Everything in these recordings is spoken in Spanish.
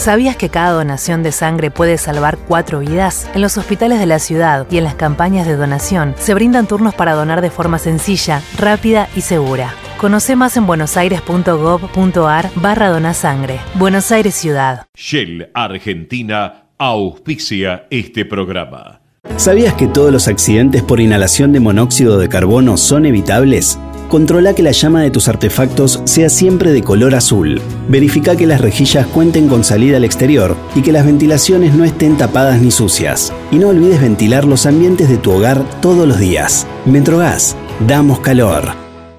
¿Sabías que cada donación de sangre puede salvar 4 vidas? En los hospitales de la ciudad y en las campañas de donación se brindan turnos para donar de forma sencilla, rápida y segura. Conoce más en buenosaires.gov.ar/donasangre. Buenos Aires Ciudad. Shell Argentina auspicia este programa. ¿Sabías que todos los accidentes por inhalación de monóxido de carbono son evitables? Controla que la llama de tus artefactos sea siempre de color azul. Verifica que las rejillas cuenten con salida al exterior y que las ventilaciones no estén tapadas ni sucias. Y no olvides ventilar los ambientes de tu hogar todos los días. Metrogas, damos calor.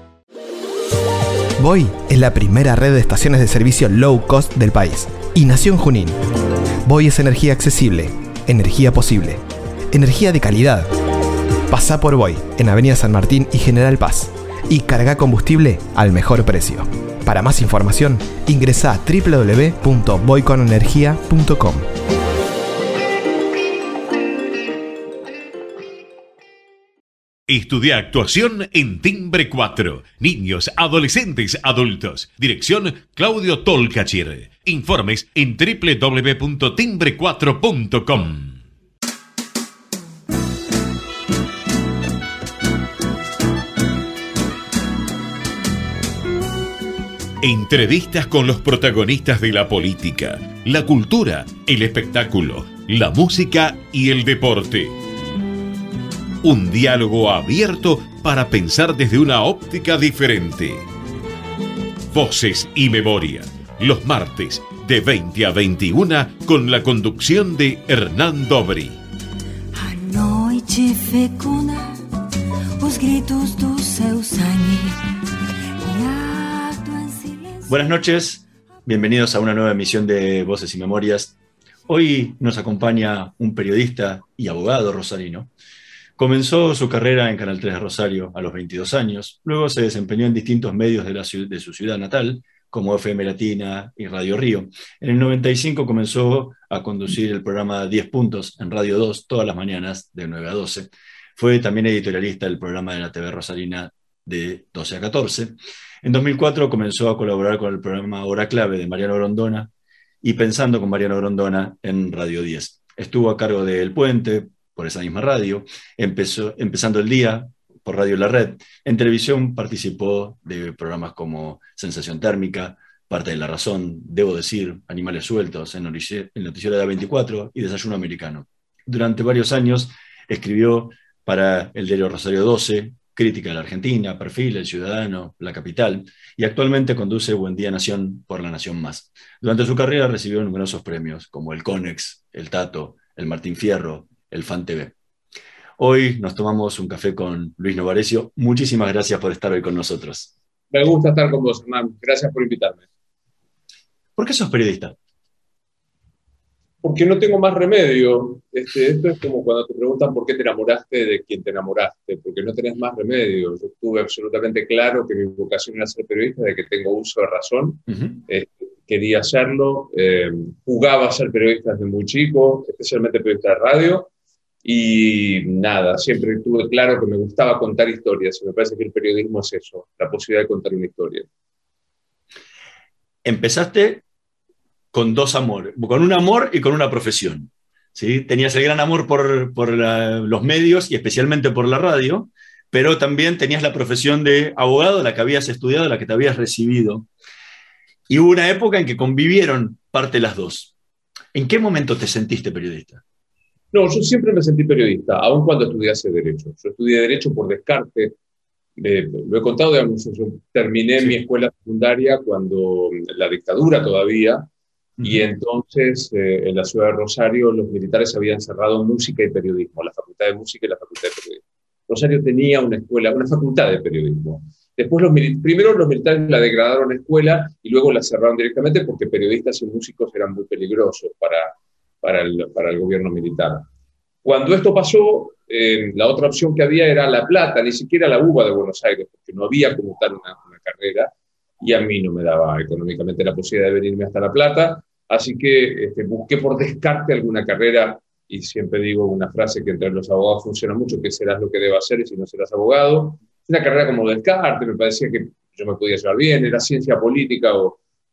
Voy es la primera red de estaciones de servicio low cost del país y nació en Junín. Voy es energía accesible, energía posible, energía de calidad. Pasá por Voy en Avenida San Martín y General Paz y carga combustible al mejor precio. Para más información, ingresa a www.voyconenergia.com. Estudia actuación en Timbre 4. Niños, adolescentes, adultos. Dirección Claudio Tolcachir. Informes en www.timbre4.com. Entrevistas con los protagonistas de la política, la cultura, el espectáculo, la música y el deporte. Un diálogo abierto para pensar desde una óptica diferente. Voces y Memoria, los martes de 20 a 21 con la conducción de Hernán Dobri. A noite fecunda, os gritos do seu sangue. Buenas noches, bienvenidos a una nueva emisión de Voces y Memorias. Hoy nos acompaña un periodista y abogado rosarino. Comenzó su carrera en Canal 3 de Rosario a los 22 años, luego se desempeñó en distintos medios de su ciudad natal, como FM Latina y Radio Río. En el 95 comenzó a conducir el programa 10 Puntos en Radio 2 todas las mañanas de 9 a 12. Fue también editorialista del programa de la TV Rosarina de 12 a 14. En 2004 comenzó a colaborar con el programa Hora Clave de Mariano Grondona y Pensando con Mariano Grondona en Radio 10. Estuvo a cargo de El Puente, por esa misma radio, empezando el día por Radio La Red. En televisión participó de programas como Sensación Térmica, Parte de la Razón, Debo Decir, Animales Sueltos, el noticiero de A24 y Desayuno Americano. Durante varios años escribió para el diario Rosario 12, Crítica de la Argentina, Perfil, El Ciudadano, La Capital, y actualmente conduce Buen Día Nación por La Nación Más. Durante su carrera recibió numerosos premios, como el Conex, el Tato, el Martín Fierro, el Fan TV. Hoy nos tomamos un café con Luis Novarecio. Muchísimas gracias por estar hoy con nosotros. Me gusta estar con vos, Hernán. Gracias por invitarme. ¿Por qué sos periodista? Porque no tengo más remedio. Esto es como cuando te preguntan por qué te enamoraste de quien te enamoraste, porque no tenés más remedio. Yo tuve absolutamente claro que mi vocación era ser periodista, de que tengo uso de razón. Quería hacerlo, jugaba a ser periodista desde muy chico, especialmente periodista de radio, y nada, siempre tuve claro que me gustaba contar historias, y me parece que el periodismo es eso, la posibilidad de contar una historia. Empezaste con dos amores, con un amor y con una profesión, ¿sí? Tenías el gran amor por los medios y especialmente por la radio, pero también tenías la profesión de abogado, la que habías estudiado, la que te habías recibido. Y hubo una época en que convivieron parte de las dos. ¿En qué momento te sentiste periodista? No, yo siempre me sentí periodista, aun cuando estudiase Derecho. Yo estudié Derecho por descarte. Lo he contado, digamos, yo terminé mi escuela secundaria cuando la dictadura todavía, y entonces en la ciudad de Rosario los militares habían cerrado música y periodismo, la facultad de música y la facultad de periodismo. Rosario tenía una escuela, una facultad de periodismo. Después primero los militares la degradaron a escuela y luego la cerraron directamente porque periodistas y músicos eran muy peligrosos para el gobierno militar. Cuando esto pasó, la otra opción que había era La Plata, ni siquiera la UBA de Buenos Aires, porque no había como tal una carrera, y a mí no me daba económicamente la posibilidad de venirme hasta La Plata, así que busqué por descarte alguna carrera, y siempre digo una frase que entre los abogados funciona mucho, que serás lo que debas hacer y si no serás abogado. Una carrera como descarte, me parecía que yo me podía llevar bien, era ciencia política o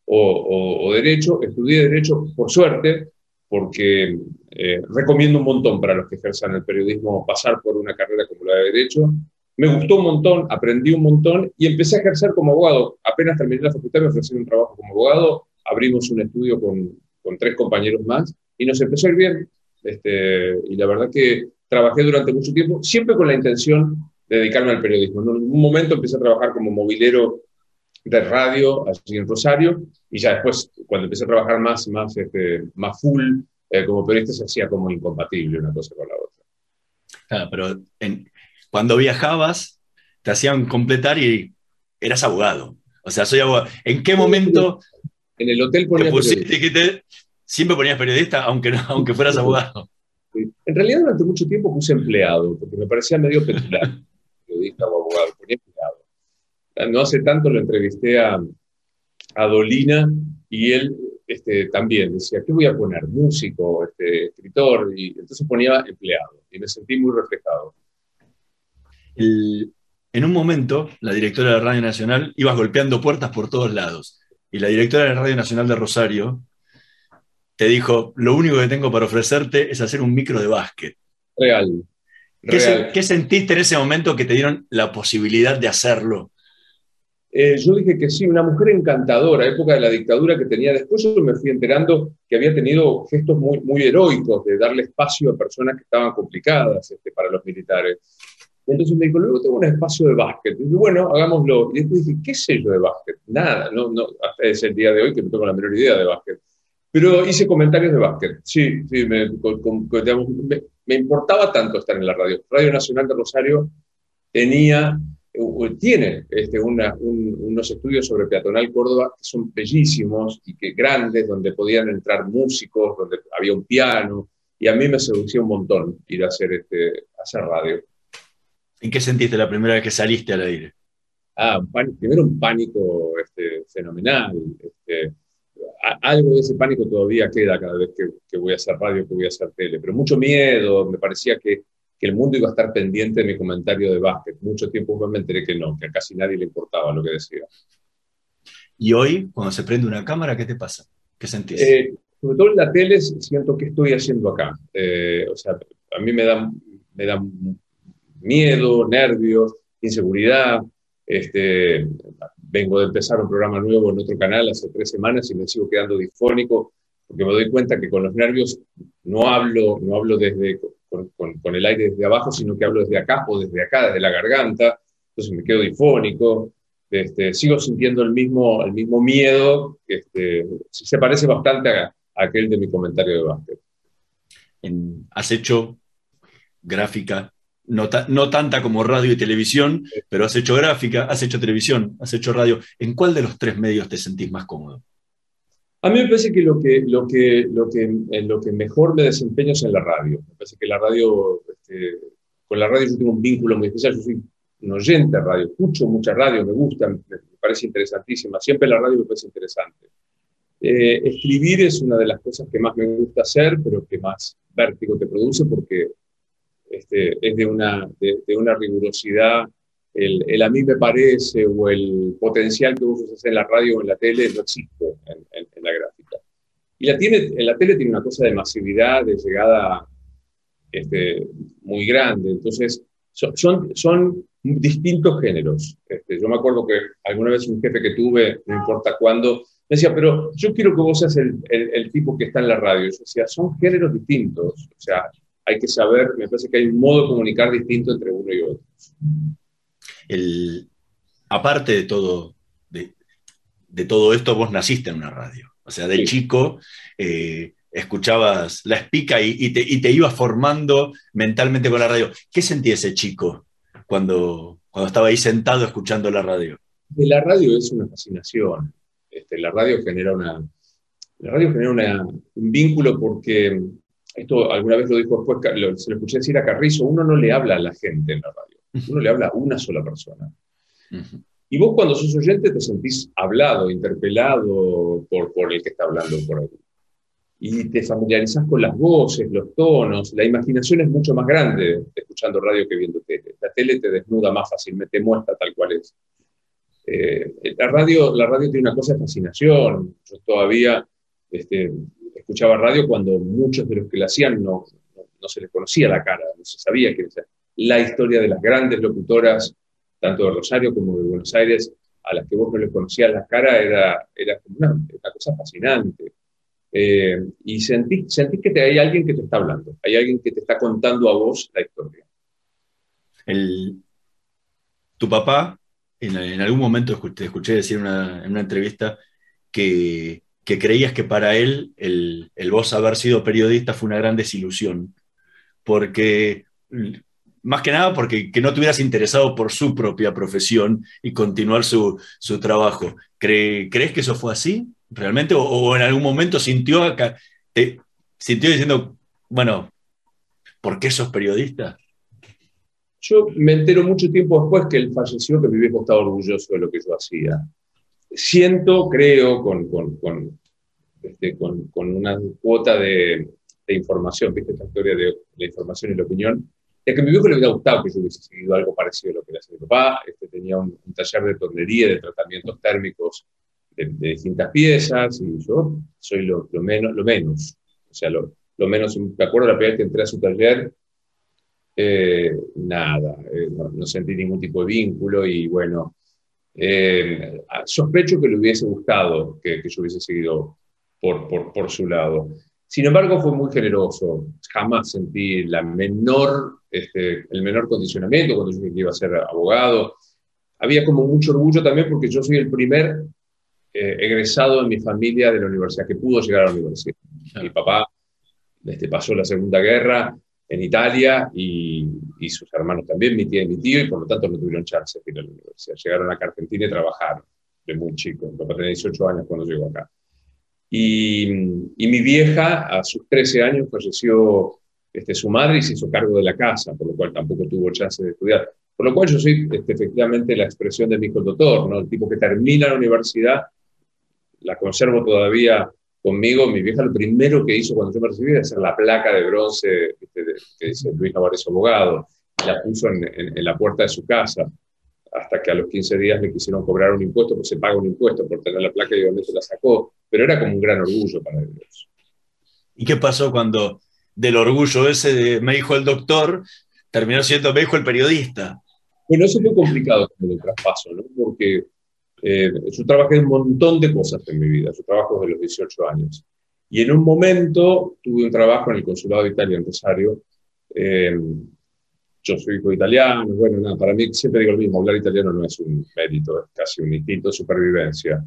o Derecho. Estudié Derecho, por suerte, porque recomiendo un montón para los que ejerzan el periodismo pasar por una carrera como la de Derecho. Me gustó un montón, aprendí un montón y empecé a ejercer como abogado. Apenas terminé la facultad me ofrecieron un trabajo como abogado, abrimos un estudio con 3 compañeros más y nos empezó a ir bien. Y la verdad que trabajé durante mucho tiempo, siempre con la intención de dedicarme al periodismo. En un momento empecé a trabajar como movilero de radio allí en Rosario, y ya después, cuando empecé a trabajar más full como periodista, se hacía como incompatible una cosa con la otra. Claro, pero cuando viajabas, te hacían completar y eras abogado. O sea, soy abogado. ¿En qué momento en el hotel ponía te pusiste, dijiste, siempre ponías periodista, aunque fueras abogado? Sí. En realidad, durante mucho tiempo puse empleado, porque me parecía medio peculiar, periodista o abogado, ponía empleado. No hace tanto lo entrevisté a Dolina y él también decía, ¿qué voy a poner? Músico, escritor, y entonces ponía empleado y me sentí muy reflejado. En un momento, la directora de Radio Nacional ibas golpeando puertas por todos lados y la directora de Radio Nacional de Rosario te dijo, lo único que tengo para ofrecerte es hacer un micro de básquet. Real. ¿Qué sentiste en ese momento que te dieron la posibilidad de hacerlo? Yo dije que sí, una mujer encantadora, época de la dictadura que tenía. Después yo me fui enterando que había tenido gestos muy, muy heroicos de darle espacio a personas que estaban complicadas para los militares. Entonces me dijo, luego tengo un espacio de básquet. Y dije, bueno, hagámoslo. Y después dije, ¿qué sé yo de básquet? Nada, no, hasta es el día de hoy que no tengo la menor idea de básquet. Pero hice comentarios de básquet. Sí, me importaba tanto estar en la radio. Radio Nacional de Rosario tiene unos estudios sobre Peatonal Córdoba que son bellísimos y que grandes, donde podían entrar músicos, donde había un piano, y a mí me seducía un montón ir a hacer radio. ¿En qué sentiste la primera vez que saliste al aire? Primero un pánico fenomenal. Algo de ese pánico todavía queda cada vez que voy a hacer radio, que voy a hacer tele, pero mucho miedo. Me parecía que el mundo iba a estar pendiente de mi comentario de básquet. Mucho tiempo me enteré que no, que a casi nadie le importaba lo que decía. ¿Y hoy, cuando se prende una cámara, qué te pasa? ¿Qué sentís? Sobre todo en la tele siento que estoy haciendo acá. A mí me da miedo, nervios, inseguridad. Vengo de empezar un programa nuevo en otro canal hace 3 semanas y me sigo quedando difónico porque me doy cuenta que con los nervios no hablo con el aire desde abajo, sino que hablo desde acá o desde acá, desde la garganta. Entonces me quedo difónico. Sigo sintiendo el mismo miedo, se parece bastante a aquel de mi comentario de básquet. Has hecho gráfica, no tanta como radio y televisión, pero has hecho gráfica, has hecho televisión, has hecho radio. ¿En cuál de los 3 medios te sentís más cómodo? A mí me parece que en lo que mejor me desempeño es en la radio. Me parece que la radio, con la radio yo tengo un vínculo muy especial. Yo soy un oyente de radio, escucho mucha radio, me gusta, me parece interesantísima. Siempre la radio me parece interesante. Escribir es una de las cosas que más me gusta hacer, pero que más vértigo te produce porque es de una rigurosidad. El a mí me parece o el potencial que vos usas en la radio o en la tele no existe en la gráfica. Y en la tele tiene una cosa de masividad, de llegada muy grande. Entonces, son distintos géneros. Yo me acuerdo que alguna vez un jefe que tuve, no importa cuándo, me decía, pero yo quiero que vos seas el tipo que está en la radio. Yo decía, son géneros distintos. O sea, hay que saber, me parece que hay un modo de comunicar distinto entre uno y otro. Aparte de todo esto, vos naciste en una radio. O sea, de chico escuchabas la espica y te ibas formando mentalmente con la radio. ¿Qué sentía ese chico cuando estaba ahí sentado escuchando la radio? La radio es una fascinación. La radio genera un vínculo porque, esto alguna vez lo dijo después, se lo escuché decir a Carrizo, uno no le habla a la gente en la radio, uno le habla a una sola persona. Uh-huh. Y vos cuando sos oyente te sentís hablado, interpelado por el que está hablando por ahí. Y te familiarizás con las voces, los tonos, la imaginación es mucho más grande escuchando radio que viendo tele. La tele te desnuda más fácilmente, te muestra tal cual es. La radio tiene una cosa de fascinación. Yo todavía escuchaba radio cuando muchos de los que la hacían no se les conocía la cara, no se sabía quién era. La historia de las grandes locutoras, tanto de Rosario como de Buenos Aires, a las que vos no les conocías la cara, era como una cosa fascinante. Y sentís que hay alguien que te está hablando, hay alguien que te está contando a vos la historia. Tu papá, en algún momento te escuché decir en una entrevista que creías que para él el vos haber sido periodista fue una gran desilusión, porque, más que nada, porque que no te hubieras interesado por su propia profesión y continuar su trabajo. ¿Crees que eso fue así realmente? ¿O en algún momento sintió diciendo, bueno, ¿por qué sos periodista? Yo me entero mucho tiempo después que él falleció, que mi viejo estaba orgulloso de lo que yo hacía. Creo, con una cuota de información, ¿viste? Esta historia de la información y la opinión, es que a mi viejo le hubiera gustado que yo hubiese seguido algo parecido a lo que le hacía mi papá. Tenía un taller de tornería, de tratamientos térmicos de distintas piezas, y yo soy lo menos. O sea, lo menos, me acuerdo la primera vez que entré a su taller, no sentí ningún tipo de vínculo, y bueno, sospecho que le hubiese gustado que yo hubiese seguido por su lado. Sin embargo, fue muy generoso. Jamás sentí el menor condicionamiento cuando yo dije que iba a ser abogado. Había como mucho orgullo también porque yo soy el primer egresado en mi familia de la universidad que pudo llegar a la universidad. Mi papá pasó la Segunda Guerra en Italia, y sus hermanos también, mi tía y mi tío, y por lo tanto no tuvieron chance de ir a la universidad. Llegaron acá a Argentina y trabajaron de muy chico. Mi papá tenía 18 años cuando llegó acá. Y mi vieja, a sus 13 años, falleció su madre y se hizo cargo de la casa, por lo cual tampoco tuvo chance de estudiar. Por lo cual yo soy efectivamente la expresión de mi hijo el doctor, ¿no? El tipo que termina la universidad, la conservo todavía conmigo. Mi vieja lo primero que hizo cuando yo me recibí era hacer la placa de bronce que dice Luis Navarez abogado, y la puso en la puerta de su casa, hasta que a los 15 días le quisieron cobrar un impuesto, pues se paga un impuesto por tener la placa, y obviamente la sacó, pero era como un gran orgullo para ellos. ¿Y qué pasó cuando del orgullo ese de me dijo el doctor, terminó siendo me dijo el periodista? Bueno, eso fue complicado con el traspaso, ¿no? Porque yo trabajé un montón de cosas en mi vida. Yo trabajo desde los 18 años. Y en un momento tuve un trabajo en el Consulado de Italia en Rosario. Yo soy hijo italiano. Bueno, nada, para mí siempre digo lo mismo: hablar italiano no es un mérito, es casi un instinto de supervivencia.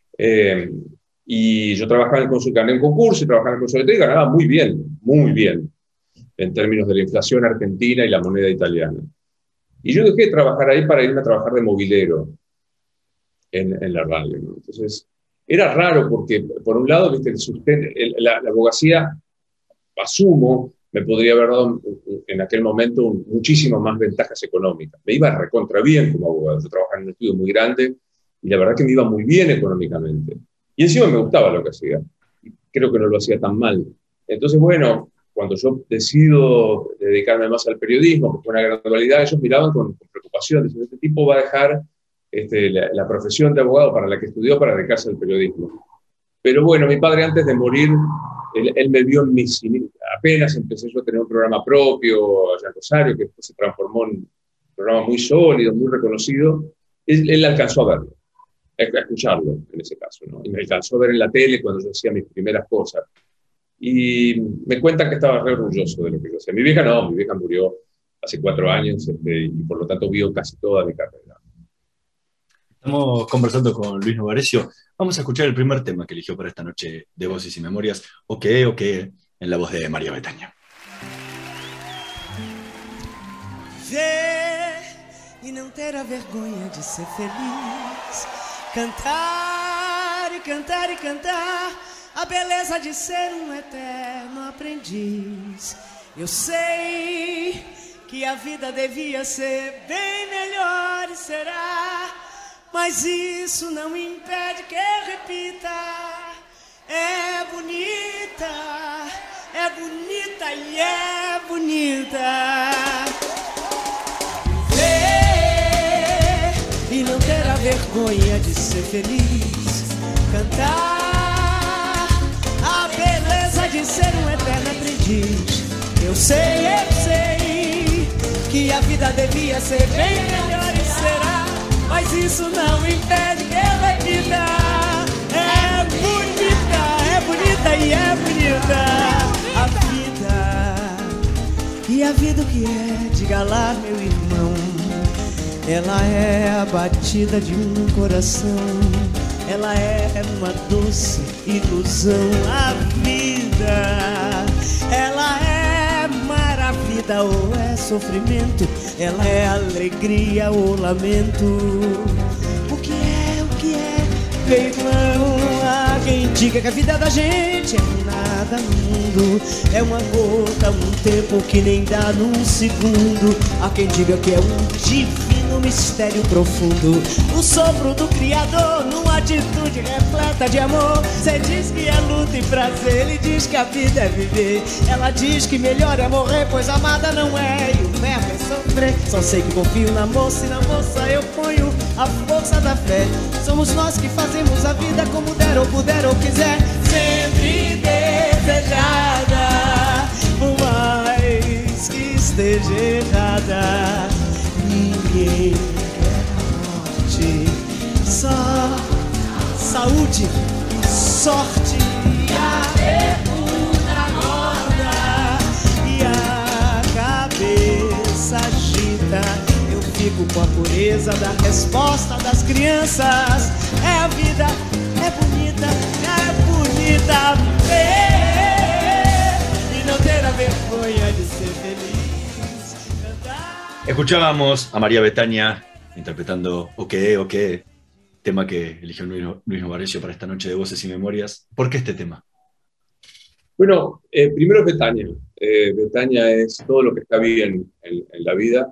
Y yo trabajaba en el consulado, gané un concurso y trabajaba en el consulado y ganaba muy bien, en términos de la inflación argentina y la moneda italiana. Y yo dejé de trabajar ahí para irme a trabajar de movilero en la radio, ¿no? Entonces, era raro porque, por un lado, ¿viste? La abogacía, asumo, me podría haber dado en aquel momento muchísimas más ventajas económicas. Me iba recontra bien como abogado. Yo trabajaba en un estudio muy grande y la verdad que me iba muy bien económicamente. Y encima me gustaba lo que hacía. Creo que no lo hacía tan mal. Entonces, bueno, cuando yo decido dedicarme más al periodismo, que fue una gradualidad, ellos miraban con preocupación. Dicen, este tipo va a dejar la profesión de abogado para la que estudió para dedicarse al periodismo. Pero bueno, mi padre, antes de morir, él me vio en mis... Apenas empecé yo a tener un programa propio allá en Rosario, que después se transformó en un programa muy sólido, muy reconocido. Él alcanzó a verlo, a escucharlo en ese caso, ¿no? Y me alcanzó a ver en la tele cuando yo hacía mis primeras cosas. Y me cuentan que estaba re orgulloso de lo que yo hacía. Mi vieja no, mi vieja murió hace 4 años y por lo tanto vio casi toda mi carrera. Estamos conversando con Luis Novarecio. Vamos a escuchar el primer tema que eligió para esta noche de Voces y Memorias, Ok, en la voz de María Betaña. Ver e não ter a vergonha de ser feliz, cantar e cantar e cantar, a beleza de ser eterno aprendiz. Eu sei que a vida devia ser bem melhor e será, mas isso não impede que eu repita. É bonita e é bonita. Ver e não ter a vergonha vergonha de ser feliz, cantar a beleza de ser um eterno aprendiz. Eu sei que a vida devia ser bem melhor e será, mas isso não impede que eu repita. É bonita e é bonita a vida. E a vida o que é? Diga lá, meu irmão. Ela é a batida de um coração, ela é uma doce ilusão. A vida, ela é maravilha ou é sofrimento, ela é alegria ou lamento. O que é, meu irmão? Há quem diga que a vida da gente é nada no mundo, é uma gota, um tempo que nem dá num segundo. Há quem diga que é um divino mistério profundo, o sopro do Criador numa atitude repleta de amor. Cê diz que é luta e prazer, ele diz que a vida é viver. Ela diz que melhor é morrer, pois amada não é, e o verbo é sofrer. Só sei que confio na moça e na moça eu ponho a força da fé. Somos nós que fazemos a vida como der ou puder ou quiser. Sempre desejada, por mais que esteja errada. Ninguém quer morte, só saúde e sorte. E a bermuda gorda e a cabeça agita. Eu fico com a pureza da resposta das crianças. É a vida, é bonita ver e não ter a vergonha de ser feliz. Escuchábamos a María Betania interpretando O que, tema que eligió Luis Novarecio para esta noche de Voces y Memorias. ¿Por qué este tema? Bueno, primero es Betania. Betania es todo lo que está bien en la vida.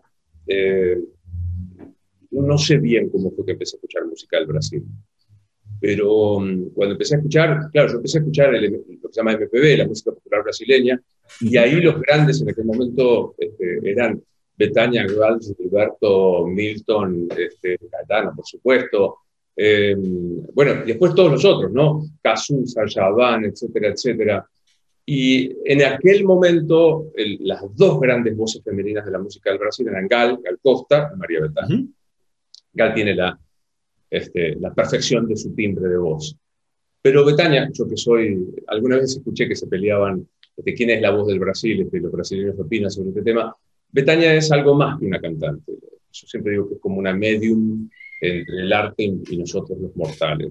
No sé bien cómo fue que empecé a escuchar música del Brasil, pero cuando empecé a escuchar, claro, yo empecé a escuchar lo que se llama MPB, la música popular brasileña, y ahí los grandes en aquel momento eran Betania, Guals, Gilberto, Milton, Caetano, por supuesto. Bueno, y después todos los otros, ¿no? Cazuza, Javan, etcétera, etcétera. Y en aquel momento, las dos grandes voces femeninas de la música del Brasil eran Gal Costa y María Bethânia. Uh-huh. Gal tiene la perfección de su timbre de voz. Pero Betania, yo que alguna vez escuché que se peleaban de quién es la voz del Brasil, los brasileños opinan sobre este tema. Betania es algo más que una cantante. Yo siempre digo que es como una medium entre el arte y nosotros los mortales.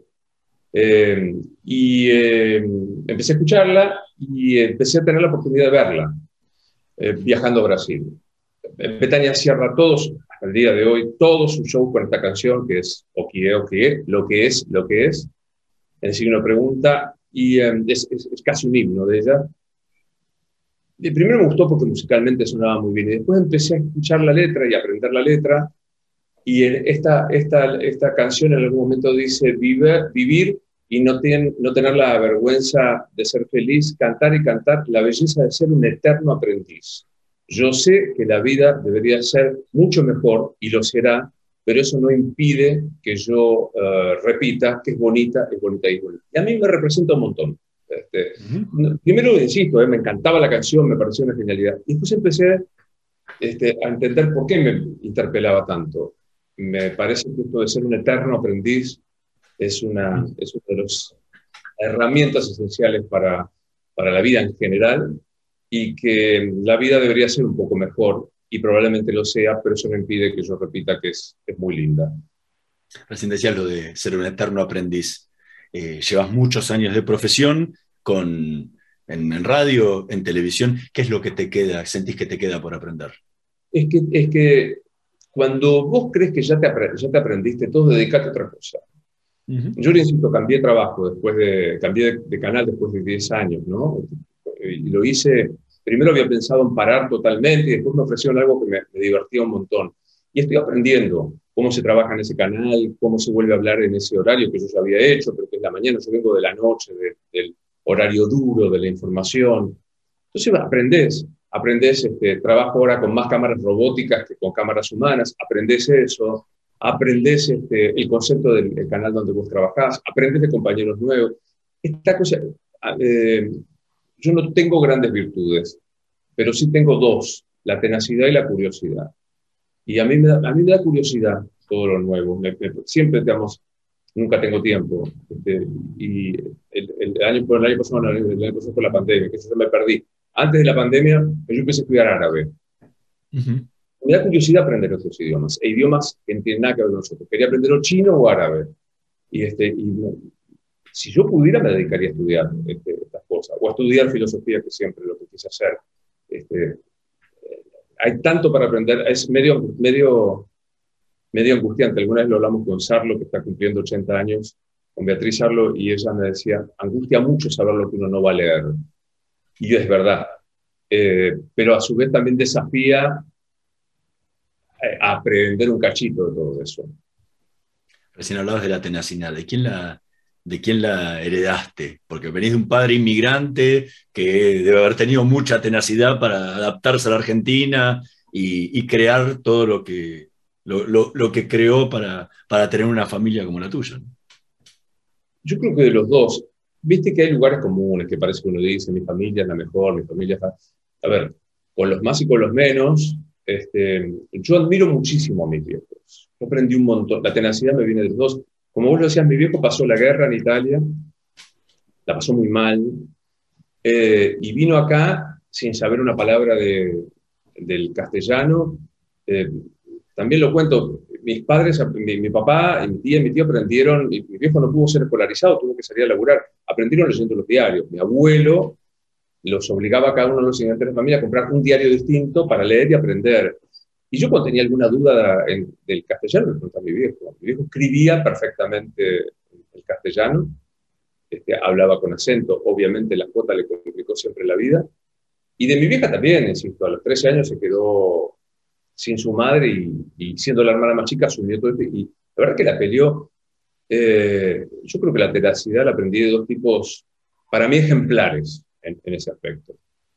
Empecé a escucharla y empecé a tener la oportunidad de verla viajando a Brasil. Betania cierra hasta el día de hoy, todo su show con esta canción que es O que, lo que es, en signo de pregunta, y es casi un himno de ella. Primero me gustó porque musicalmente sonaba muy bien, y después empecé a escuchar la letra y a aprender la letra, y esta canción en algún momento dice vivir y no tener la vergüenza de ser feliz, cantar y cantar la belleza de ser un eterno aprendiz. Yo sé que la vida debería ser mucho mejor, y lo será, pero eso no impide que yo repita que es bonita y bonita. Y a mí me representa un montón. Primero, insisto, me encantaba la canción, me pareció una genialidad. Y después empecé a entender por qué me interpelaba tanto. Me parece que esto de ser un eterno aprendiz es una de las herramientas esenciales para la vida en general, y que la vida debería ser un poco mejor, y probablemente lo sea, pero eso no impide que yo repita que es muy linda. Recién decías lo de ser un eterno aprendiz. Llevas muchos años de profesión en radio, en televisión. ¿Qué es lo que te queda, sentís que te queda por aprender? Es que cuando vos crees que ya te aprendiste todo, dedicate a otra cosa. Uh-huh. Yo, insisto, cambié de trabajo, cambié de canal después de 10 años, ¿no? Y lo hice, primero había pensado en parar totalmente, y después me ofrecieron algo que me divertía un montón. Y estoy aprendiendo cómo se trabaja en ese canal, cómo se vuelve a hablar en ese horario que yo ya había hecho, pero que es la mañana. Yo vengo de la noche, del horario duro, de la información. Entonces aprendés, trabajo ahora con más cámaras robóticas que con cámaras humanas, aprendés eso, aprendés el concepto del canal donde vos trabajás, aprendés de compañeros nuevos. Esta cosa, yo no tengo grandes virtudes, pero sí tengo dos, la tenacidad y la curiosidad. Y a mí me da curiosidad todo lo nuevo. Siempre, digamos, nunca tengo tiempo. Y el año pasado fue la pandemia, que eso me perdí. Antes de la pandemia, yo empecé a estudiar árabe. Uh-huh. Me da curiosidad aprender otros idiomas, e idiomas que no tienen nada que ver con nosotros. Quería aprender o chino o árabe. Y si yo pudiera, me dedicaría a estudiar estas cosas, o a estudiar filosofía, que siempre lo que quise hacer. Hay tanto para aprender, es medio angustiante. Alguna vez lo hablamos con Sarlo, que está cumpliendo 80 años, con Beatriz Sarlo, y ella me decía, angustia mucho saber lo que uno no va a leer. Y es verdad. Pero a su vez también desafía a aprender un cachito de todo eso. Recién hablabas de la tenacidad. ¿De quién la heredaste? Porque venís de un padre inmigrante que debe haber tenido mucha tenacidad para adaptarse a la Argentina y crear todo lo que creó para tener una familia como la tuya, ¿no? Yo creo que de los dos. Viste que hay lugares comunes que parece que uno dice, mi familia es la mejor, mi familia es... A ver, con los más y con los menos, yo admiro muchísimo a mis viejos. Yo aprendí un montón. La tenacidad me viene de los dos. Como vos lo decías, mi viejo pasó la guerra en Italia, la pasó muy mal, y vino acá sin saber una palabra del castellano. También lo cuento, mis padres, mi papá y mi tía y mi tío aprendieron, y mi viejo no pudo ser escolarizado, tuvo que salir a laburar, aprendieron leyendo los diarios. Mi abuelo los obligaba a cada uno de los integrantes de la familia a comprar un diario distinto para leer y aprender. Y yo cuando tenía alguna duda del castellano, le preguntaba a mi viejo. Mi viejo escribía perfectamente el castellano, hablaba con acento, obviamente la jota le complicó siempre la vida. Y de mi vieja también, insisto, a los 13 años se quedó sin su madre y siendo la hermana más chica asumió todo esto. Y la verdad que la peleó. Yo creo que la tenacidad la aprendí de dos tipos, para mí ejemplares en ese aspecto.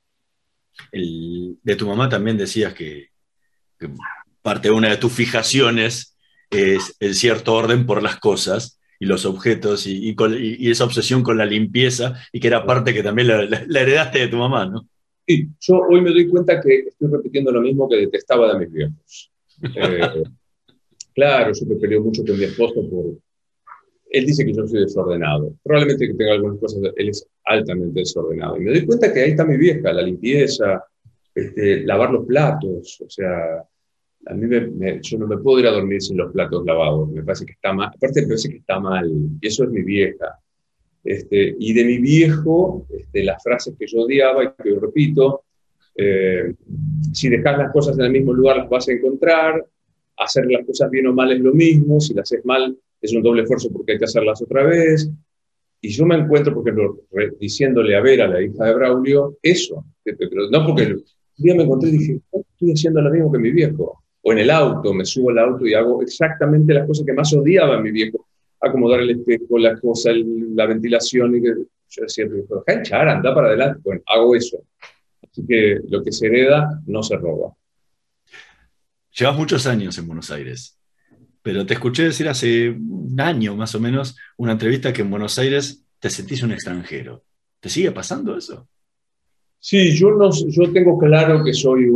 De tu mamá también decías que parte de una de tus fijaciones es el cierto orden por las cosas y los objetos y esa obsesión con la limpieza, y que era parte que también la heredaste de tu mamá, ¿no? Sí, yo hoy me doy cuenta que estoy repitiendo lo mismo que detestaba de mis viejos. Claro, yo me peleo mucho con mi esposo Él dice que yo soy desordenado. Probablemente que tenga algunas cosas, él es altamente desordenado. Y me doy cuenta que ahí está mi vieja, la limpieza, lavar los platos. O sea, a mí yo no me puedo ir a dormir sin los platos lavados. Me parece que está mal. Aparte me parece que está mal. Y eso es mi vieja. Y de mi viejo, las frases que yo odiaba y que yo repito, si dejas las cosas en el mismo lugar las vas a encontrar, hacer las cosas bien o mal es lo mismo, si las haces mal es un doble esfuerzo porque hay que hacerlas otra vez. Y yo me encuentro, por ejemplo, diciéndole a Vera, la hija de Braulio, eso. Pero no porque un día me encontré y dije, estoy haciendo lo mismo que mi viejo. O en el auto, me subo al auto y hago exactamente las cosas que más odiaba mi viejo. Acomodar el espejo, la cosa, la ventilación. Y que yo decía, deja hinchar, anda para adelante. Bueno, hago eso. Así que lo que se hereda no se roba. Llevas muchos años en Buenos Aires, pero te escuché decir hace un año más o menos una entrevista que en Buenos Aires te sentís un extranjero. ¿Te sigue pasando eso? Sí, yo tengo claro que soy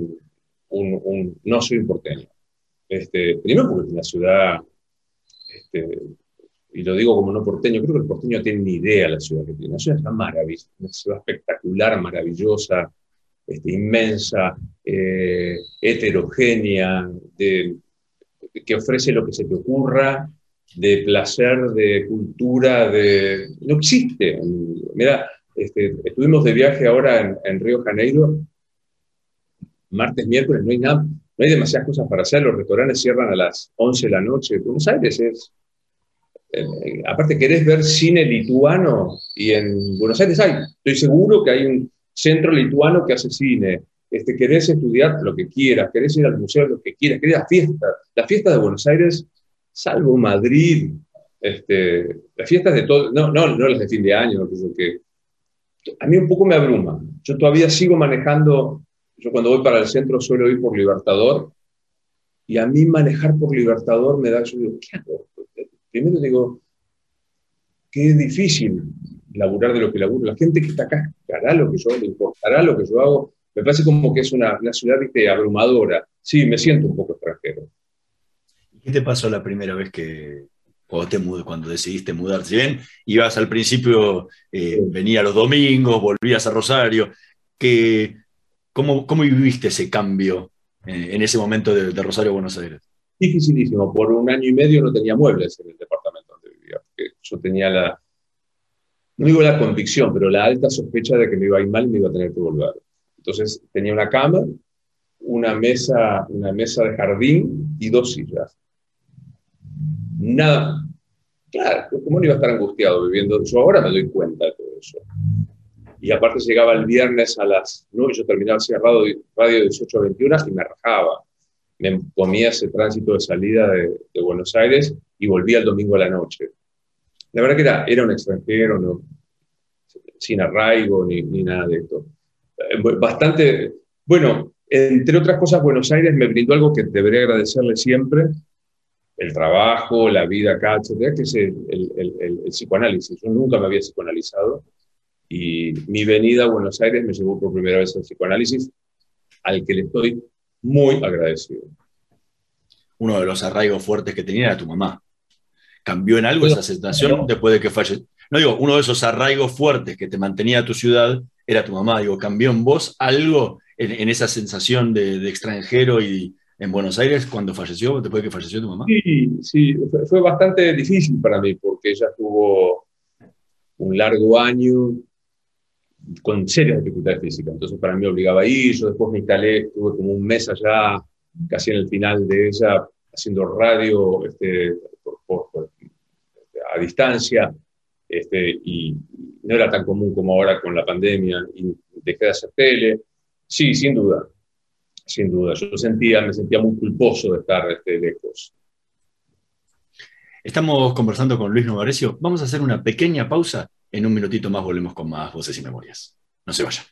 no soy un porteño. Primero porque es una ciudad, y lo digo como no porteño, creo que el porteño tiene ni idea de la ciudad que tiene. Una ciudad tan maravillosa, una ciudad espectacular, maravillosa, inmensa, heterogénea, que ofrece lo que se te ocurra, de placer, de cultura, no existe. Mira, estuvimos de viaje ahora en Río Janeiro, martes, miércoles, no hay nada, no hay demasiadas cosas para hacer, los restaurantes cierran a las 11 de la noche. Buenos Aires es... aparte, querés ver cine lituano, y en Buenos Aires estoy seguro que hay un centro lituano que hace cine. Querés estudiar lo que quieras, querés ir al museo lo que quieras, querés las fiestas de Buenos Aires, salvo Madrid, las fiestas de todo, no las de fin de año, que a mí un poco me abruma. Yo todavía sigo manejando, yo cuando voy para el centro suelo ir por Libertador, Y a mí manejar por Libertador me da, yo digo, ¿qué hago? Primero digo, qué difícil laburar de lo que laburo. La gente que está acá hará lo que yo hago, le importará lo que yo hago. Me parece como que es una ciudad, ¿viste?, abrumadora. Sí, me siento un poco extranjero. ¿Qué te pasó la primera vez cuando decidiste mudarte? Si bien ibas al principio, venía los domingos, volvías a Rosario, ¿cómo viviste ese cambio en ese momento de Rosario a Buenos Aires? Dificilísimo. Por 1 año y medio no tenía muebles en el departamento donde vivía. Porque yo tenía no digo la convicción, pero la alta sospecha de que me iba a ir mal y me iba a tener que volver. Entonces tenía una cama, una mesa de jardín y 2 sillas. Nada. Claro, ¿cómo no iba a estar angustiado viviendo? Yo ahora me doy cuenta de todo eso. Y aparte llegaba el viernes a las 9, yo terminaba así radio 18 a 21 y me rajaba. Me comía ese tránsito de salida de Buenos Aires y volvía el domingo a la noche. La verdad que era un extranjero, no, sin arraigo ni nada de esto. Bastante, bueno, entre otras cosas, Buenos Aires me brindó algo que debería agradecerle siempre: el trabajo, la vida acá, etcétera, que es el psicoanálisis. Yo nunca me había psicoanalizado y mi venida a Buenos Aires me llevó por primera vez al psicoanálisis, al que le estoy muy agradecido. Uno de los arraigos fuertes que tenía era tu mamá. ¿Cambió en algo esa sensación después de que falleció? No digo, uno de esos arraigos fuertes que te mantenía a tu ciudad era tu mamá. Digo, ¿cambió en vos algo en esa sensación de extranjero y en Buenos Aires cuando falleció, después de que falleció tu mamá? Sí, fue bastante difícil para mí porque ella tuvo un largo año con serias dificultades físicas. Entonces para mí me obligaba a ir. Yo después me instalé, estuve como 1 mes allá, casi en el final de ella, haciendo radio a distancia, y no era tan común como ahora con la pandemia, y dejé de hacer tele. Sí, sin duda. Yo me sentía muy culposo de estar lejos. Estamos conversando con Luis Novarecio. Vamos a hacer una pequeña pausa. En 1 minutito más volvemos con más Voces y Memorias. No se vayan.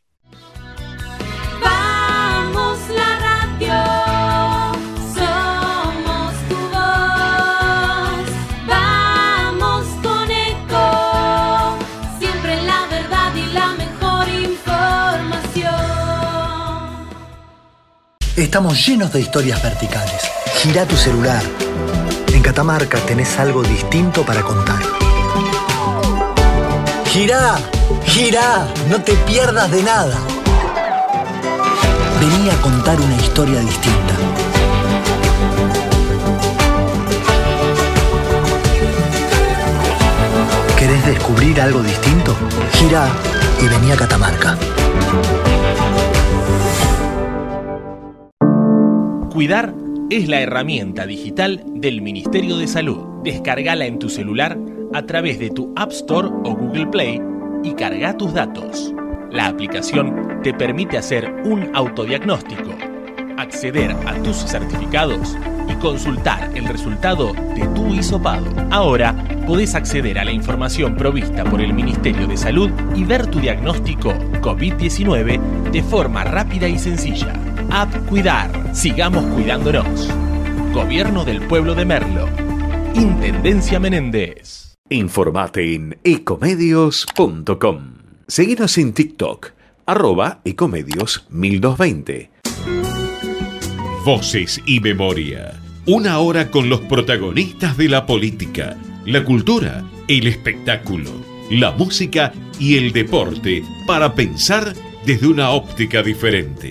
Vamos la radio, somos tu voz. Vamos con Eco, siempre la verdad y la mejor información. Estamos llenos de historias verticales. Gira tu celular. En Catamarca tenés algo distinto para contar. Girá, no te pierdas de nada. Vení a contar una historia distinta. ¿Querés descubrir algo distinto? Girá y vení a Catamarca. Cuidar es la herramienta digital del Ministerio de Salud. Descargala en tu celular a través de tu App Store o Google Play y carga tus datos. La aplicación te permite hacer un autodiagnóstico, acceder a tus certificados y consultar el resultado de tu hisopado. Ahora podés acceder a la información provista por el Ministerio de Salud y ver tu diagnóstico COVID-19 de forma rápida y sencilla. App Cuidar. Sigamos cuidándonos. Gobierno del Pueblo de Merlo. Intendencia Menéndez. Informate en ecomedios.com. Seguinos en TikTok, @ecomedios1220. Voces y Memoria. 1 hora con los protagonistas de la política, la cultura, el espectáculo, la música y el deporte para pensar desde una óptica diferente.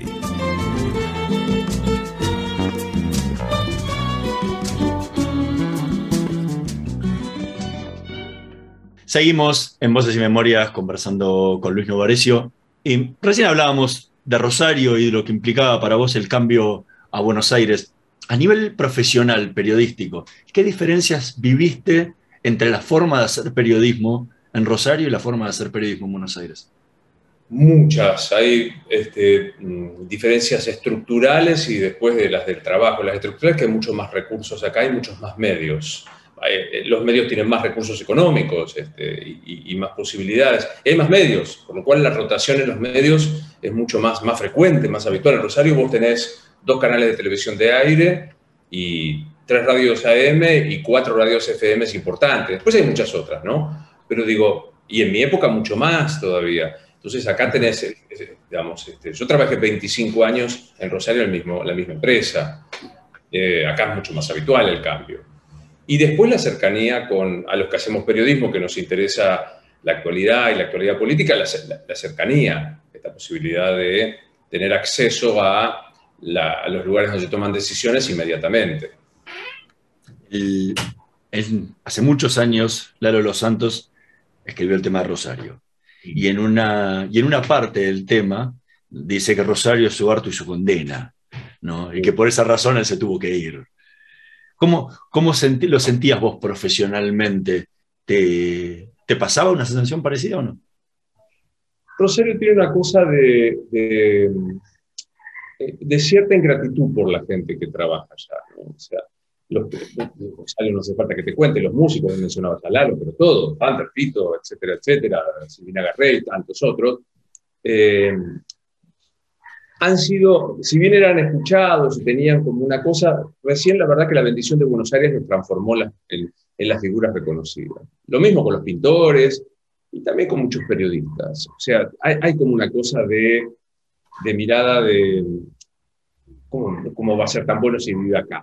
Seguimos en Voces y Memorias conversando con Luis Novarecio. Recién hablábamos de Rosario y de lo que implicaba para vos el cambio a Buenos Aires. A nivel profesional, periodístico, ¿qué diferencias viviste entre la forma de hacer periodismo en Rosario y la forma de hacer periodismo en Buenos Aires? Muchas. Hay diferencias estructurales y después de las del trabajo. Las estructurales, que hay muchos más recursos acá y muchos más medios. Los medios tienen más recursos económicos y más posibilidades. Hay más medios, por lo cual la rotación en los medios es mucho más frecuente, más habitual. En Rosario vos tenés 2 canales de televisión de aire, y 3 radios AM y 4 radios FM importantes. Después hay muchas otras, ¿no? Pero digo, y en mi época mucho más todavía. Entonces acá tenés, digamos, yo trabajé 25 años en Rosario en la misma empresa. Acá es mucho más habitual el cambio. Y después la cercanía a los que hacemos periodismo, que nos interesa la actualidad y la actualidad política, la cercanía, esta posibilidad de tener acceso a los lugares donde se toman decisiones inmediatamente. Hace muchos años, Lalo Los Santos escribió el tema de Rosario. Y en una parte del tema dice que Rosario es su harto y su condena, ¿no? Y que por esa razón él se tuvo que ir. ¿Cómo lo sentías vos profesionalmente? ¿Te pasaba una sensación parecida o no? Rosario tiene una cosa de cierta ingratitud por la gente que trabaja allá, ¿no? O sea, Rosario no hace falta que te cuente, los músicos, mencionabas a Lalo, pero todos, Panther, Fito, etcétera, Silvina Garrey, tantos otros, han sido, si bien eran escuchados y tenían como una cosa, recién la verdad que la bendición de Buenos Aires nos transformó en las figuras reconocidas. Lo mismo con los pintores y también con muchos periodistas. O sea, hay como una cosa de mirada de cómo va a ser tan bueno si vive acá.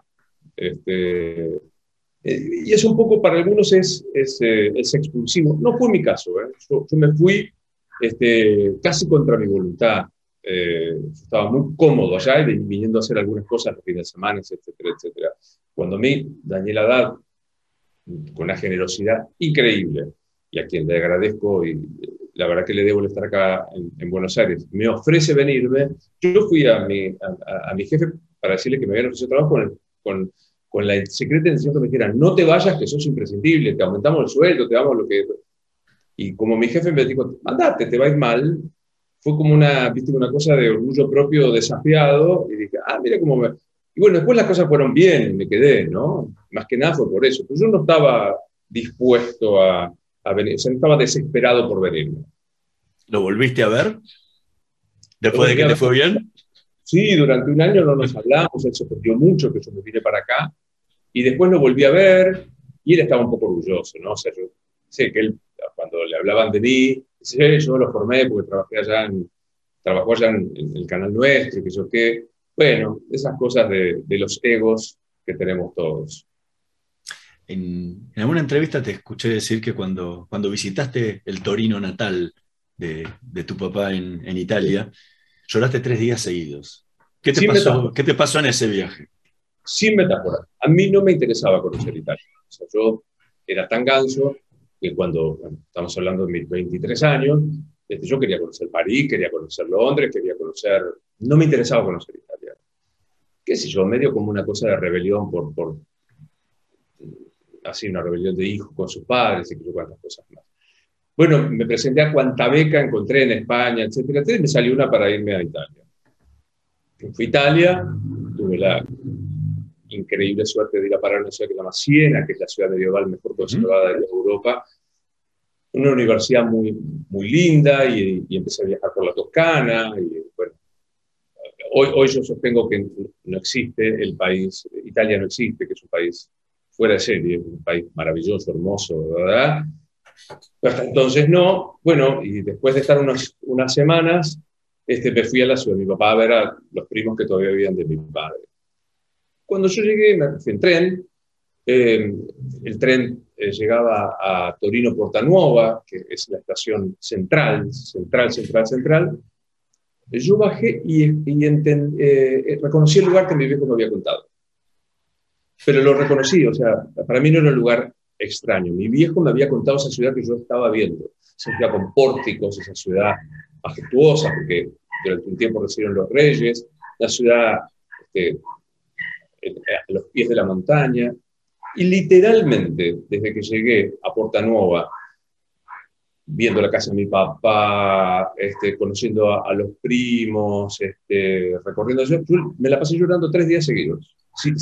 Y eso un poco para algunos es expulsivo. No fue mi caso, ¿eh? Yo me fui casi contra mi voluntad. Estaba muy cómodo allá y viniendo a hacer algunas cosas los fines de semana, etcétera. Cuando a mí, Daniel Haddad, con una generosidad increíble, y a quien le agradezco, y la verdad que le debo el estar acá en Buenos Aires, me ofrece venirme, yo fui a mi jefe para decirle que me habían ofrecido trabajo con la secreta intención que me dijeran, no te vayas, que sos imprescindible, te aumentamos el sueldo, te damos lo que... Y como mi jefe me dijo, andate, te va a ir mal, fue como una cosa de orgullo propio desafiado, y dije, mira cómo me... Y bueno, después las cosas fueron bien, y me quedé, ¿no? Más que nada fue por eso. Pues yo no estaba dispuesto a venir, o sea, no estaba desesperado por venirme. ¿Lo volviste a ver? ¿Después de que te fue bien? Sí, durante un año no nos hablamos, él se sorprendió mucho que yo me vine para acá, y después lo volví a ver, y él estaba un poco orgulloso, ¿no? O sea, yo sé que él, cuando le hablaban de mí, dice, yo lo formé porque trabajó allá en el canal nuestro, y que yo qué. Bueno, esas cosas de los egos que tenemos todos. En alguna entrevista te escuché decir que cuando visitaste el Torino natal de tu papá en Italia, lloraste 3 días seguidos. ¿Qué te pasó en ese viaje? Sin metáfora. A mí no me interesaba conocer Italia. O sea, yo era tan ganso que cuando estamos hablando de mis 23 años, yo quería conocer París, quería conocer Londres, no me interesaba conocer Italia. Qué sé yo, medio como una cosa de rebelión así una rebelión de hijo con sus padres y que yo cuantas cosas más. Bueno, me presenté a cuanta beca encontré en España, etcétera, y me salió una para irme a Italia. Fui a Italia, tuve la increíble suerte de ir a parar a una ciudad que se llama Siena, que es la ciudad medieval mejor conservada de Europa, una universidad muy, muy linda, y empecé a viajar por la Toscana, y bueno, hoy yo sostengo que no existe el país, Italia no existe, que es un país fuera de serie, un país maravilloso, hermoso, ¿verdad? Pero hasta entonces no. Bueno, y después de estar unas semanas, me fui a la ciudad de mi papá a ver a los primos que todavía vivían de mi padre. Cuando yo llegué, me fui en tren, el tren llegaba a Torino Portanuova, que es la estación central. Yo bajé y reconocí el lugar que mi viejo me había contado. Pero lo reconocí, o sea, para mí no era un lugar extraño. Mi viejo me había contado esa ciudad que yo estaba viendo, esa ciudad con pórticos, esa ciudad majestuosa, porque durante un tiempo recibieron los reyes, la ciudad a los pies de la montaña, y literalmente, desde que llegué a Portanuova, viendo la casa de mi papá, conociendo a los primos, recorriendo, yo me la pasé llorando 3 días seguidos,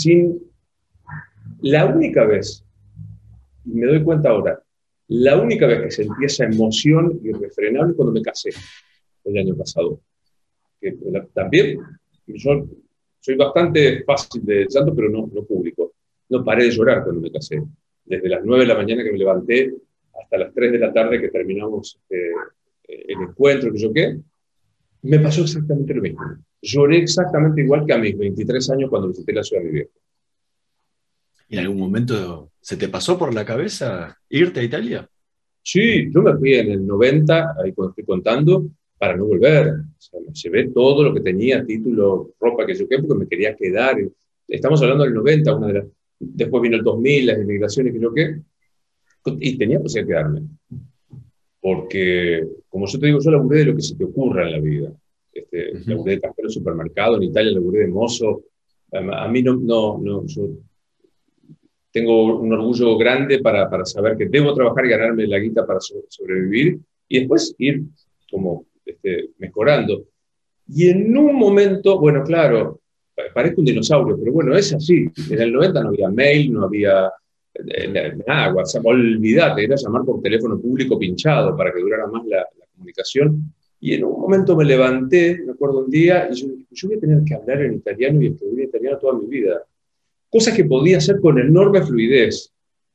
la única vez, y me doy cuenta ahora, la única vez que sentí esa emoción irrefrenable cuando me casé el año pasado. Que también yo soy bastante fácil de llanto, pero no público. No paré de llorar cuando me casé. Desde las 9 de la mañana que me levanté hasta las 3 de la tarde que terminamos el encuentro, que yo qué, me pasó exactamente lo mismo. Lloré exactamente igual que a mis 23 años cuando visité la ciudad de mi viejo. ¿Y en algún momento se te pasó por la cabeza irte a Italia? Sí, yo me fui en el 90, ahí cuando estoy contando, para no volver. O sea, me llevé todo lo que tenía, título, ropa, que yo qué, porque me quería quedar. Estamos hablando del 90, después vino el 2000, las inmigraciones, que yo qué, y tenía posibilidad de quedarme. Porque, como yo te digo, yo laburé de lo que se te ocurra en la vida. Laburé de cajero de supermercado, en Italia laburé de mozo. A mí yo tengo un orgullo grande para saber que debo trabajar y ganarme la guita para sobrevivir y después ir como mejorando. Y en un momento, bueno, claro, parezco un dinosaurio, pero bueno, es así. En el 90 no había mail, no había nada, WhatsApp, olvídate, era llamar por teléfono público pinchado para que durara más la comunicación. Y en un momento me levanté, me acuerdo un día, y yo voy a tener que hablar en italiano y escribir en italiano toda mi vida. Cosas que podía hacer con enorme fluidez.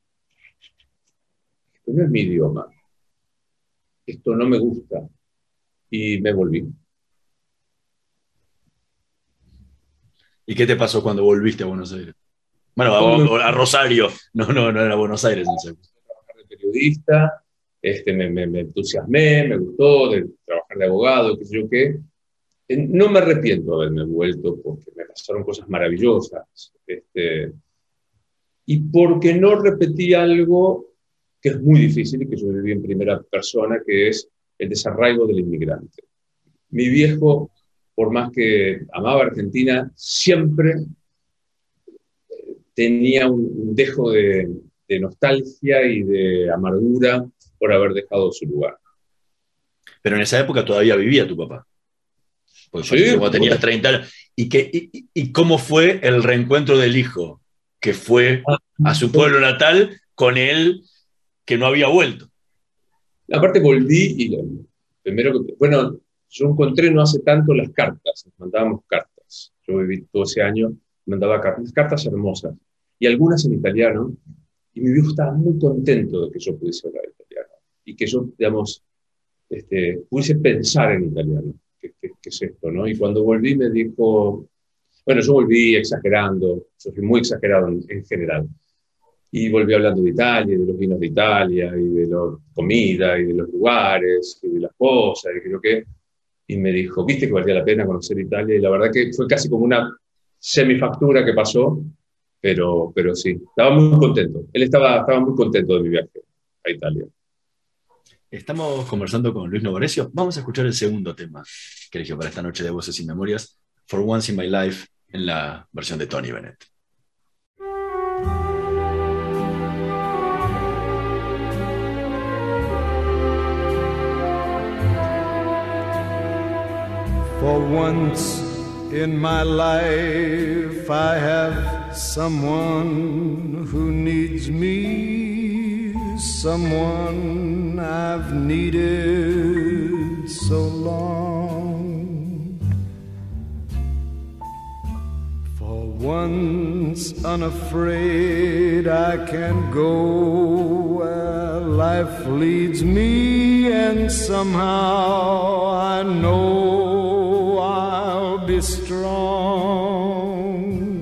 Esto no es mi idioma. Esto no me gusta. Y me volví. ¿Y qué te pasó cuando volviste a Buenos Aires? Bueno, a Rosario. No era Buenos Aires. Trabajar de periodista, me entusiasmé, me gustó, de trabajar de abogado, qué sé yo qué. No me arrepiento de haberme vuelto porque me pasaron cosas maravillosas. Y porque no repetí algo que es muy difícil y que yo viví en primera persona, que es el desarraigo del inmigrante. Mi viejo, por más que amaba a Argentina, siempre tenía un dejo de nostalgia y de amargura por haber dejado su lugar. Pero en esa época todavía vivía tu papá. Porque sí, cuando tenías 30 años. ¿Y cómo fue el reencuentro del hijo que fue a su pueblo natal con él que no había vuelto? Aparte volví y bueno, yo encontré no hace tanto las cartas, mandábamos cartas. Yo viví todo ese año, mandaba cartas hermosas, y algunas en italiano, y mi viejo estaba muy contento de que yo pudiese hablar italiano, y que yo, digamos, pudiese pensar en italiano. ¿Qué es esto, no? Y cuando volví me dijo, bueno, yo volví exagerando, yo soy muy exagerado en general, y volví hablando de Italia, de los vinos de Italia, y de la comida, y de los lugares, y de las cosas, y creo que, y me dijo, viste que valía la pena conocer Italia, y la verdad que fue casi como una semifactura que pasó, pero sí, estaba muy contento, él estaba muy contento de mi viaje a Italia. Estamos conversando con Luis Novarecio. Vamos a escuchar el segundo tema que eligió para esta noche de Voces y Memorias, For Once in My Life, en la versión de Tony Bennett. For once in my life I have someone who needs me, someone I've needed so long. For once unafraid I can go where life leads me, and somehow I know I'll be strong.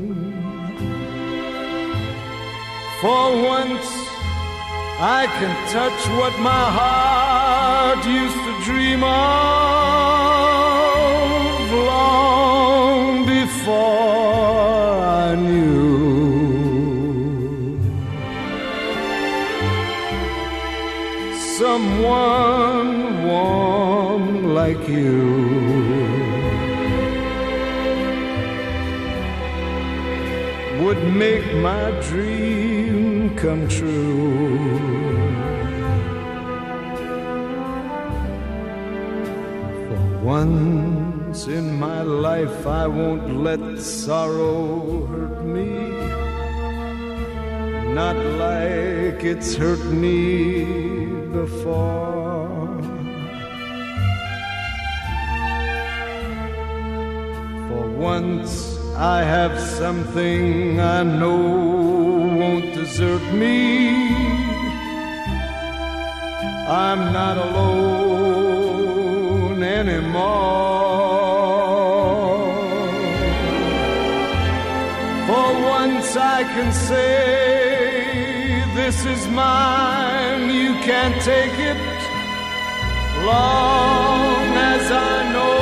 For once I can touch what my heart used to dream of long before I knew. Someone warm like you would make my dream come true. For once in my life I won't let sorrow hurt me, not like it's hurt me before. For once I have something I know won't desert me. I'm not alone anymore. For once I can say, this is mine, you can't take it. Long as I know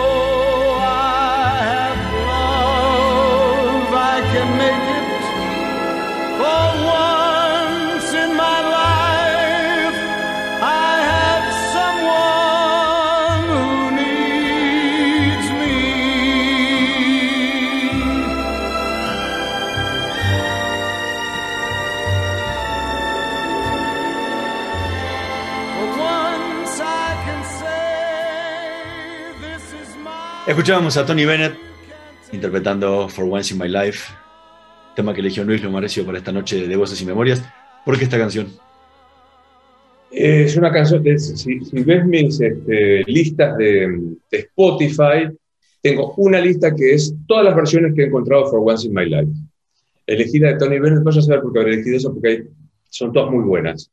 I have love, I can make it. For once in my life, I have someone who needs me. For once I can say, this is my... Escuchábamos a Tony Bennett interpretando For Once in My Life, tema que eligió Luis Lomarecio para esta noche de Voces y Memorias. ¿Por qué esta canción? Es una canción, si ves mis listas de Spotify, tengo una lista que es todas las versiones que he encontrado For Once in My Life. Elegida de Tony Bennett, vaya a saber por qué habré elegido eso, porque son todas muy buenas.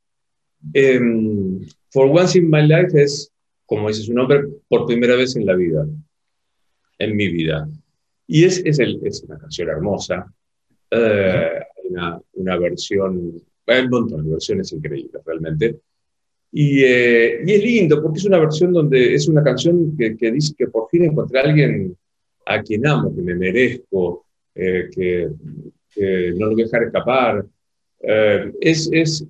For Once in My Life es, como dice su nombre, por primera vez en la vida, en mi vida. Y es una canción hermosa. Hay una versión, hay un montón de versiones increíbles realmente. Y es lindo porque es una versión donde es una canción que dice que por fin encontré a alguien a quien amo, que me merezco, que no lo voy a dejar escapar. Es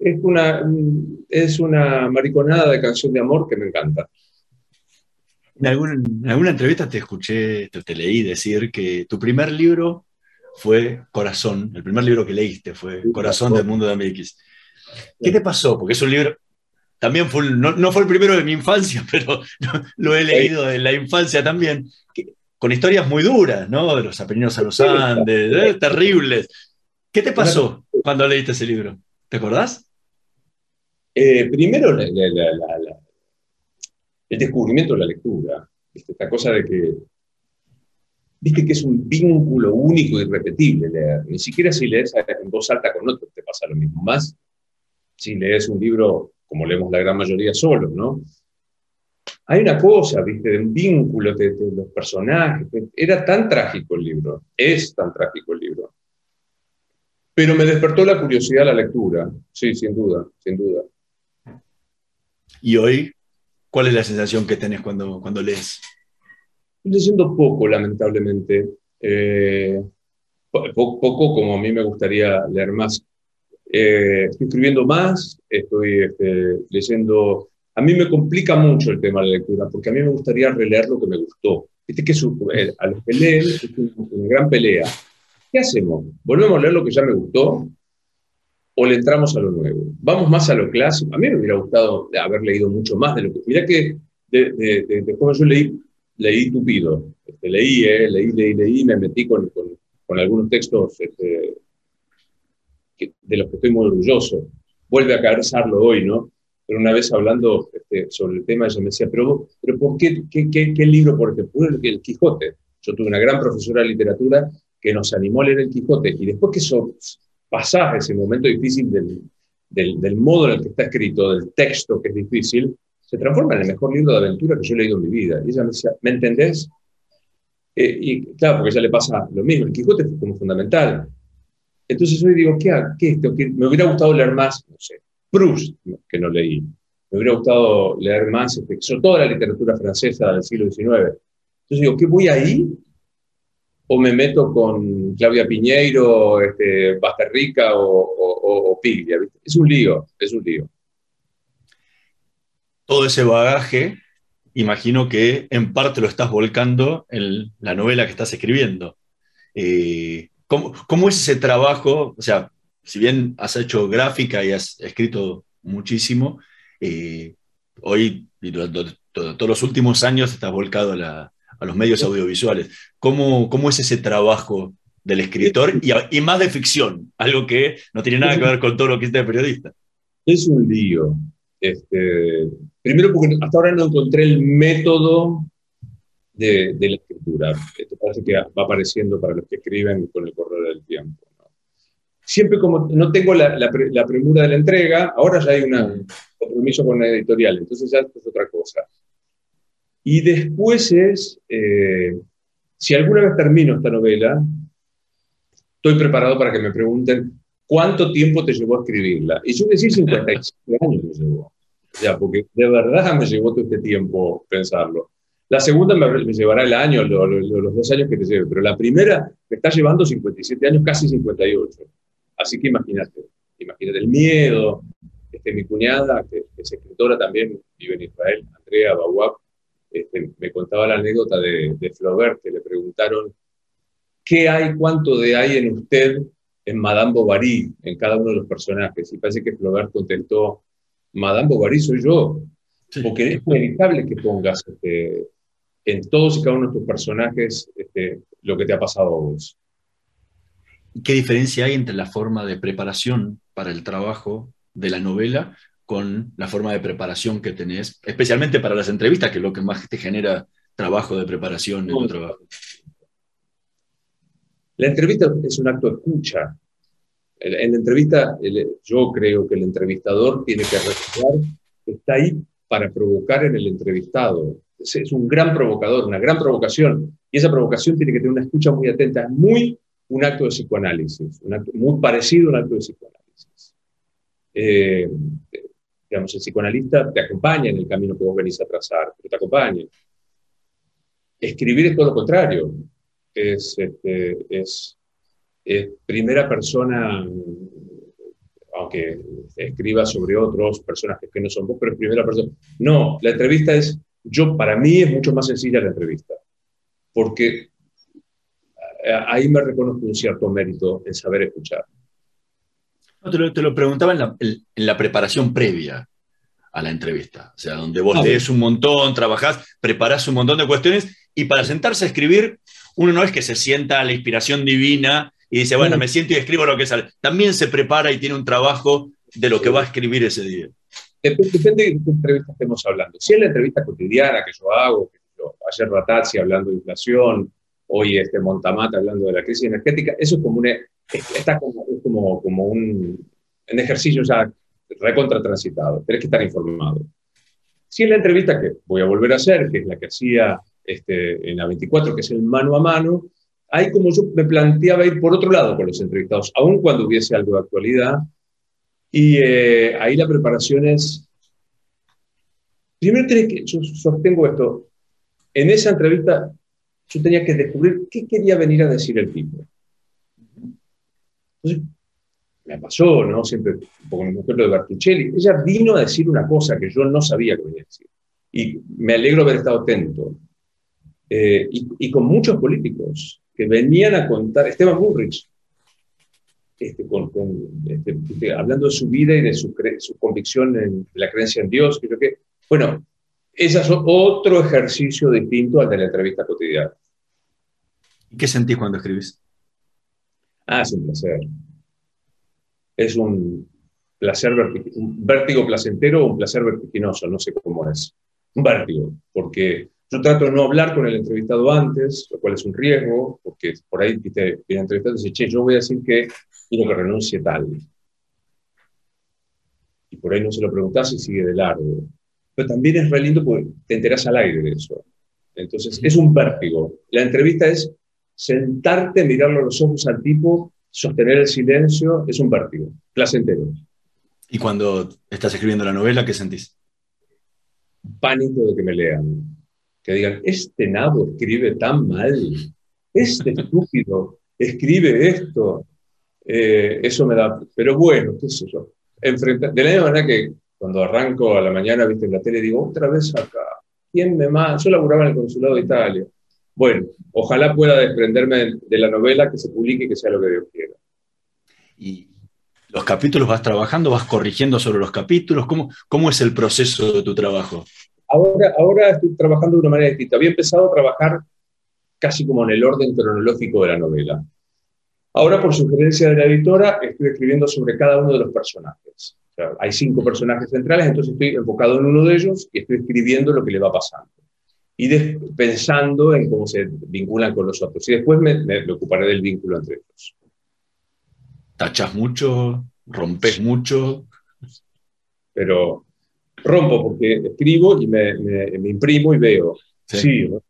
una mariconada de canción de amor que me encanta. En alguna entrevista te escuché, te leí decir que tu primer libro fue Corazón, el primer libro que leíste fue Corazón del Mundo de Amix. ¿Qué te pasó? Porque es un libro, también fue, no fue el primero de mi infancia, pero lo he leído de la infancia también, con historias muy duras, ¿no? De los Apeninos a los Andes, terribles. ¿Qué te pasó cuando leíste ese libro? ¿Te acordás? Primero, el descubrimiento de la lectura. Esta cosa de que viste que es un vínculo único y irrepetible leer. Ni siquiera si lees en voz alta con otros te pasa lo mismo. Más si lees un libro, como leemos la gran mayoría, solo, ¿no? Hay una cosa, viste, de un vínculo de los personajes. Era tan trágico el libro. Es tan trágico el libro. Pero me despertó la curiosidad a la lectura. Sí, sin duda, sin duda. ¿Y hoy cuál es la sensación que tenés cuando lees? Estoy leyendo poco, lamentablemente. Poco como a mí me gustaría leer más. Estoy escribiendo más, estoy leyendo... A mí me complica mucho el tema de la lectura, porque a mí me gustaría releer lo que me gustó. Viste que a los que leen es una gran pelea. ¿Qué hacemos? ¿Volvemos a leer lo que ya me gustó? ¿O le entramos a lo nuevo? ¿Vamos más a lo clásico? A mí me hubiera gustado haber leído mucho más de lo que... Mirá que de joven yo leí tupido. Leí, me metí con algunos textos de los que estoy muy orgulloso. Vuelve a carzarlo hoy, ¿no? Pero una vez hablando sobre el tema, ella me decía, pero ¿por qué libro? Porque el Quijote. Yo tuve una gran profesora de literatura que nos animó a leer el Quijote, y después que pasás ese momento difícil del modo en el que está escrito, del texto que es difícil, se transforma en el mejor libro de aventura que yo he leído en mi vida. Y ella me decía, ¿me entendés? Y claro, porque a ella le pasa lo mismo. El Quijote fue como fundamental. Entonces hoy digo, ¿qué me hubiera gustado leer más? No sé, Proust, que no leí. Me hubiera gustado leer más, sobre toda la literatura francesa del siglo XIX. Entonces digo, ¿qué voy ahí? ¿O me meto con Claudia Piñeiro, Basterrica o Piglia? ¿Viste? Es un lío. Todo ese bagaje, imagino que en parte lo estás volcando en la novela que estás escribiendo. ¿Cómo es ese trabajo? O sea, si bien has hecho gráfica y has escrito muchísimo, hoy y durante todos los últimos años estás volcado a los medios audiovisuales. ¿Cómo es ese trabajo del escritor y más de ficción? Algo que no tiene nada que ver con todo lo que hiciste de periodista. Es un lío. Primero porque hasta ahora no encontré el método de la escritura. Esto parece que va apareciendo para los que escriben con el correr del tiempo, ¿no? Siempre como no tengo la premura de la entrega, ahora ya hay un compromiso con la editorial, entonces ya es otra cosa. Y después si alguna vez termino esta novela, estoy preparado para que me pregunten ¿cuánto tiempo te llevó a escribirla? Y yo decía 57 años me llevó. Ya, porque de verdad me llevó todo este tiempo pensarlo. La segunda me llevará el año, los 2 años que te lleve, pero la primera me está llevando 57 años, casi 58. Así que imagínate el miedo. Mi cuñada, que es escritora también, vive en Israel, Andrea Bawab, me contaba la anécdota de Flaubert, que le preguntaron ¿qué hay, cuánto de hay en usted, en Madame Bovary, en cada uno de los personajes? Y parece que Flaubert contestó, Madame Bovary soy yo, porque es inevitable que pongas en todos y cada uno de tus personajes lo que te ha pasado a vos. ¿Qué diferencia hay entre la forma de preparación para el trabajo de la novela con la forma de preparación que tenés, especialmente para las entrevistas, que es lo que más te genera trabajo de preparación en tu trabajo? La entrevista es un acto de escucha. En la entrevista, yo creo que el entrevistador tiene que recordar que está ahí para provocar en el entrevistado. Es un gran provocador, una gran provocación, y esa provocación tiene que tener una escucha muy atenta. Es un acto de psicoanálisis, un acto muy parecido a un acto de psicoanálisis. Digamos, el psicoanalista te acompaña en el camino que vos venís a trazar, pero te acompaña. Escribir es todo lo contrario. Es primera persona, aunque escriba sobre otros personajes que no son vos, pero es primera persona. No, la entrevista para mí es mucho más sencilla la entrevista, porque ahí me reconozco un cierto mérito en saber escuchar. Te lo preguntaba en la preparación previa a la entrevista, o sea, donde vos lees un montón, trabajás, preparás un montón de cuestiones, y para sentarse a escribir, uno no es que se sienta a la inspiración divina y dice, bueno, me siento y escribo lo que sale. También se prepara y tiene un trabajo de lo que va a escribir ese día. Depende de qué entrevista estemos hablando. Si es la entrevista cotidiana que yo hago, ayer Ratazzi hablando de inflación, hoy Montamata hablando de la crisis energética, eso es como un ejercicio ya recontratransitado. Tenés que estar informado. Si es la entrevista que voy a volver a hacer, que es la que hacía en la 24, que es el mano a mano, ahí como yo me planteaba ir por otro lado con los entrevistados, aun cuando hubiese algo de actualidad, y ahí la preparación es... Primero yo sostengo esto, en esa entrevista yo tenía que descubrir qué quería venir a decir el tipo. Entonces, me pasó, ¿no? Siempre, como el ejemplo de Bertuccelli, ella vino a decir una cosa que yo no sabía que venía a decir. Y me alegro haber estado atento. Y con muchos políticos que venían a contar, Esteban Bullrich, hablando de su vida y de su convicción en la creencia en Dios, creo que, bueno, ese es otro ejercicio distinto al de la entrevista cotidiana. ¿Y qué sentís cuando escribís? Es un placer. Es un placer, un vértigo placentero o un placer vertiginoso, no sé cómo es. Un vértigo, porque yo trato de no hablar con el entrevistado antes, lo cual es un riesgo, porque por ahí viene el entrevistado y dice, che, yo voy a decir que quiero que renuncie tal. Y por ahí no se lo preguntás y sigue de largo. Pero también es re lindo porque te enterás al aire de eso. Entonces, es un vértigo. La entrevista es sentarte, mirarlo a los ojos al tipo, sostener el silencio, es un vértigo, placentero. ¿Y cuando estás escribiendo la novela, qué sentís? Pánico de que me lean. Que digan, este nabo escribe tan mal, este estúpido escribe esto. Eso me da... Pero bueno, qué sé yo. De la misma manera que cuando arranco a la mañana, viste, en la tele, digo, otra vez acá. ¿Quién me manda? Yo laburaba en el Consulado de Italia. Bueno, ojalá pueda desprenderme de la novela, que se publique y que sea lo que Dios quiera. ¿Y los capítulos vas trabajando, vas corrigiendo sobre los capítulos? ¿Cómo es el proceso de tu trabajo? Ahora estoy trabajando de una manera distinta. Había empezado a trabajar casi como en el orden cronológico de la novela. Ahora, por sugerencia de la editora, estoy escribiendo sobre cada uno de los personajes. O sea, hay 5 personajes centrales, entonces estoy enfocado en uno de ellos y estoy escribiendo lo que le va pasando. pensando en cómo se vinculan con los otros. Y después me ocuparé del vínculo entre ellos. ¿Tachás mucho? ¿Rompes mucho? Pero rompo porque escribo y me imprimo y veo. Sí, ¿no?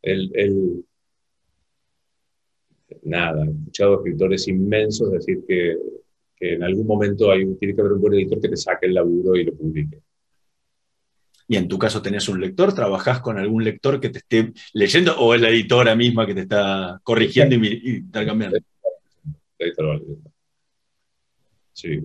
Nada, he escuchado escritores inmensos decir que en algún momento tiene que haber un buen editor que te saque el laburo y lo publique. ¿Y en tu caso tenés un lector? ¿Trabajás con algún lector que te esté leyendo o es la editora misma que te está corrigiendo y está cambiando? Sí.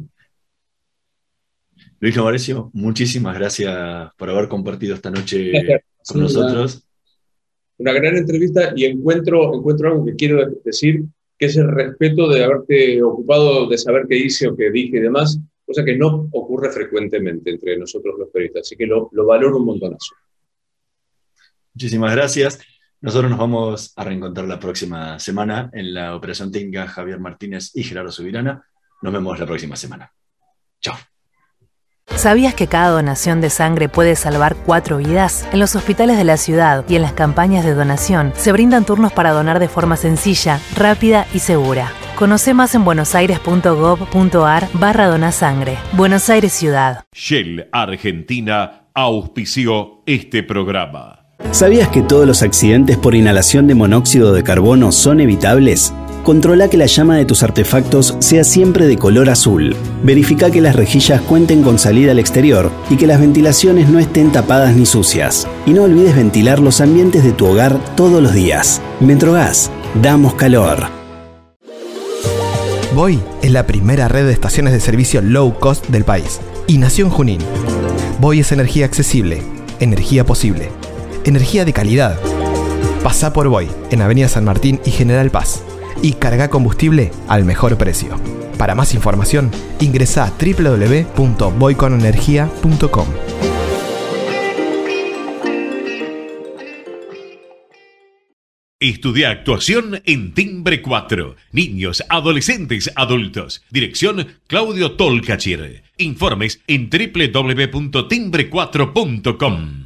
Luis Novarecio, muchísimas gracias por haber compartido esta noche con nosotros. Una gran entrevista y encuentro algo que quiero decir, que es el respeto de haberte ocupado de saber qué hice o qué dije y demás, cosa que no ocurre frecuentemente entre nosotros los periodistas, así que lo valoro un montonazo. Muchísimas gracias. Nosotros nos vamos a reencontrar la próxima semana en la Operación Tinga, Javier Martínez y Gerardo Subirana. Nos vemos la próxima semana. Chao. ¿Sabías que cada donación de sangre puede salvar 4 vidas? En los hospitales de la ciudad y en las campañas de donación se brindan turnos para donar de forma sencilla, rápida y segura. Conoce más en buenosaires.gov.ar/donasangre. Buenos Aires Ciudad. Shell Argentina auspició este programa. ¿Sabías que todos los accidentes por inhalación de monóxido de carbono son evitables? Controla que la llama de tus artefactos sea siempre de color azul. Verifica que las rejillas cuenten con salida al exterior y que las ventilaciones no estén tapadas ni sucias. Y no olvides ventilar los ambientes de tu hogar todos los días. Metrogas, damos calor. Voy es la primera red de estaciones de servicio low cost del país y nació en Junín. Voy es energía accesible, energía posible, energía de calidad. Pasá por Voy en Avenida San Martín y General Paz y carga combustible al mejor precio. Para más información, ingresa a www.voyconenergia.com. Estudia actuación en Timbre 4. Niños, adolescentes, adultos. Dirección Claudio Tolcachir. Informes en www.timbre4.com.